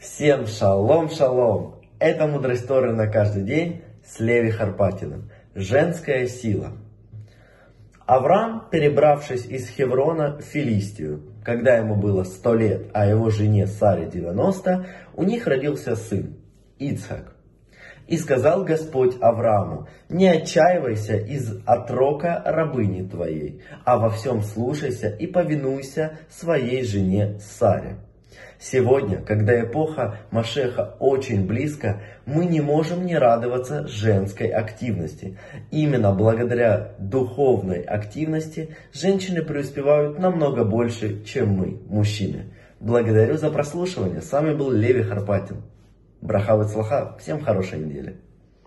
Всем шалом, шалом! Это мудрость Торы на каждый день с Леви Харпатиным. Женская сила. Авраам, перебравшись из Хеврона в Филистию, когда ему было 100 лет, а его жене Саре 90, у них родился сын, Ицхак. И сказал Господь Аврааму: не отчаивайся из отрока рабыни твоей, а во всем слушайся и повинуйся своей жене Саре. Сегодня, когда эпоха Машеха очень близко, мы не можем не радоваться женской активности. Именно благодаря духовной активности женщины преуспевают намного больше, чем мы, мужчины. Благодарю за прослушивание. С вами был Леви Харпатин. Браха вацлаха. Всем хорошей недели.